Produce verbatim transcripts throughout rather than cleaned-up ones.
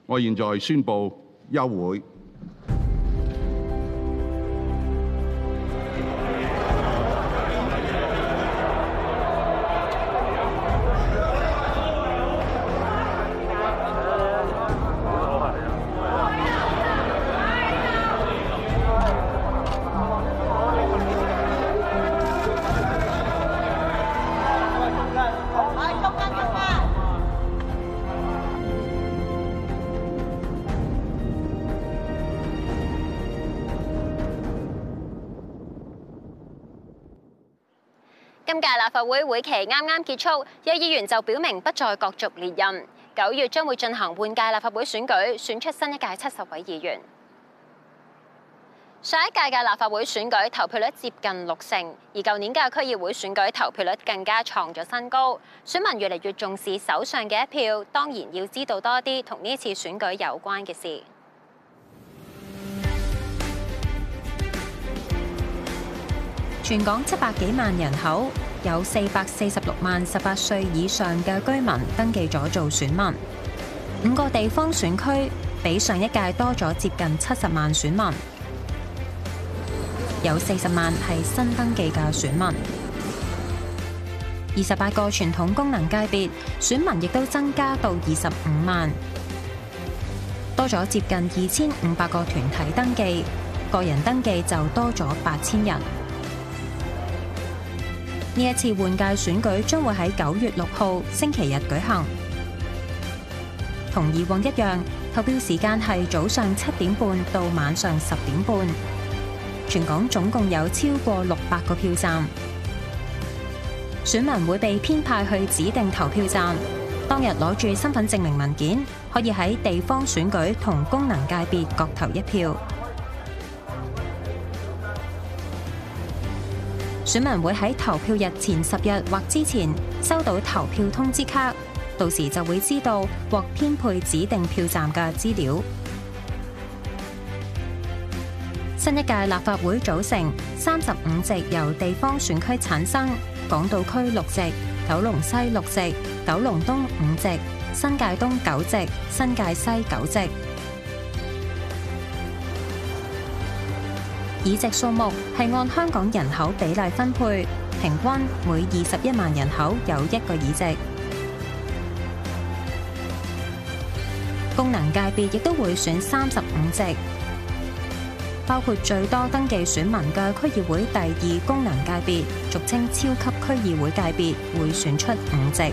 我現在宣布休會。 今屆立法會會期啱啱結束，有議員就表明不再角逐連任。九月將會進行換屆立法會選舉，選出新一屆七十位議員。上一屆嘅立法會選舉投票率接近六成，而舊年嘅區議會選舉投票率更加創咗新高。選民越嚟越重視手上嘅一票，當然要知道多啲同呢次選舉有關嘅事。全港七百幾萬人口，有四百四十六萬十八歲以上嘅居民登記咗做選民。五個地方選區比上一屆多咗接近七十萬選民，有四十萬係新登記嘅選民。二十八個傳統功能界別選民亦都增加到二十五萬，多咗接近二千五百個團體登記，個人登記就多咗八千人。呢一次換屆選舉將會喺九月六號星期日舉行，同以往一樣，投票時間係早上七點半到晚上十點半。全港總共有超過六百個票站，選民會被編派去指定投票站，當日攞住身份證明文件，可以喺地方選舉同功能界別各投一票。選民會喺投票日前十日或之前收到投票通知卡，到時就會知道獲編配指定票站嘅資料。新一屆立法會組成三十五席由地方選區產生，港島區六席，九龍西六席，九龍東五席，新界東九席，新界西九席。議席數目係按香港人口比例分配，平均每二十一萬人口有一個議席。功能界別亦都會選三十五席，包括最多登記選民嘅區議會第二功能界別，俗稱超級區議會界別，會選出五席。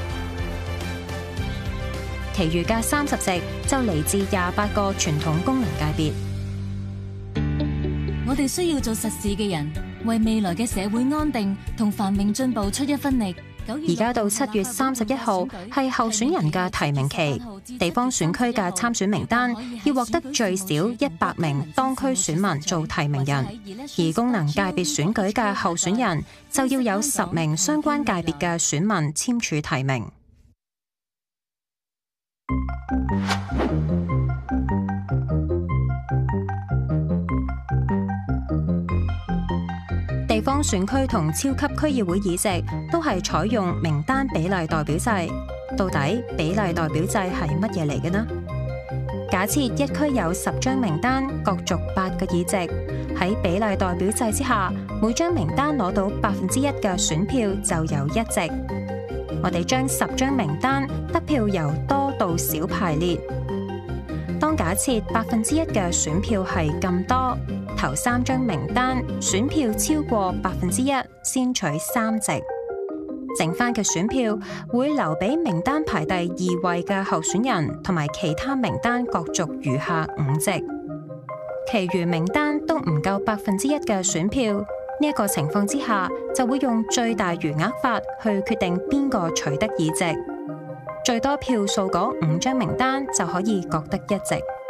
其餘嘅三十席就嚟自廿八個傳統功能界別。 我哋需要做實事嘅人，為未來嘅社會安定同繁榮進步出一分力。 而家到七月三十一號係候選人嘅提名期，地方選區嘅參選名單要獲得最少一百名當區選民做提名人，而功能界別選舉嘅候選人就要有十名相關界別嘅選民簽署提名。地方選區同超級區議會議席都係採用名單比例代表制。到底比例代表制係乜嘢嚟嘅呢？假設一區有十張名單，各逐八個議席。喺比例代表制之下，每張名單攞到百分之一嘅選票就有一席。我哋將十張名單得票由多到少排列。當假設百分之一嘅選票係咁多，頭三張名單選票超過百分之一，先取三席，剩翻嘅選票會留俾名單排第二位嘅候選人，同埋其他名單角逐餘下五席。其餘名單都唔夠百分之一嘅選票，呢一個情況之下，就會用最大餘額法去決定邊個取得議席。最多票數嗰五張名單就可以各得一席。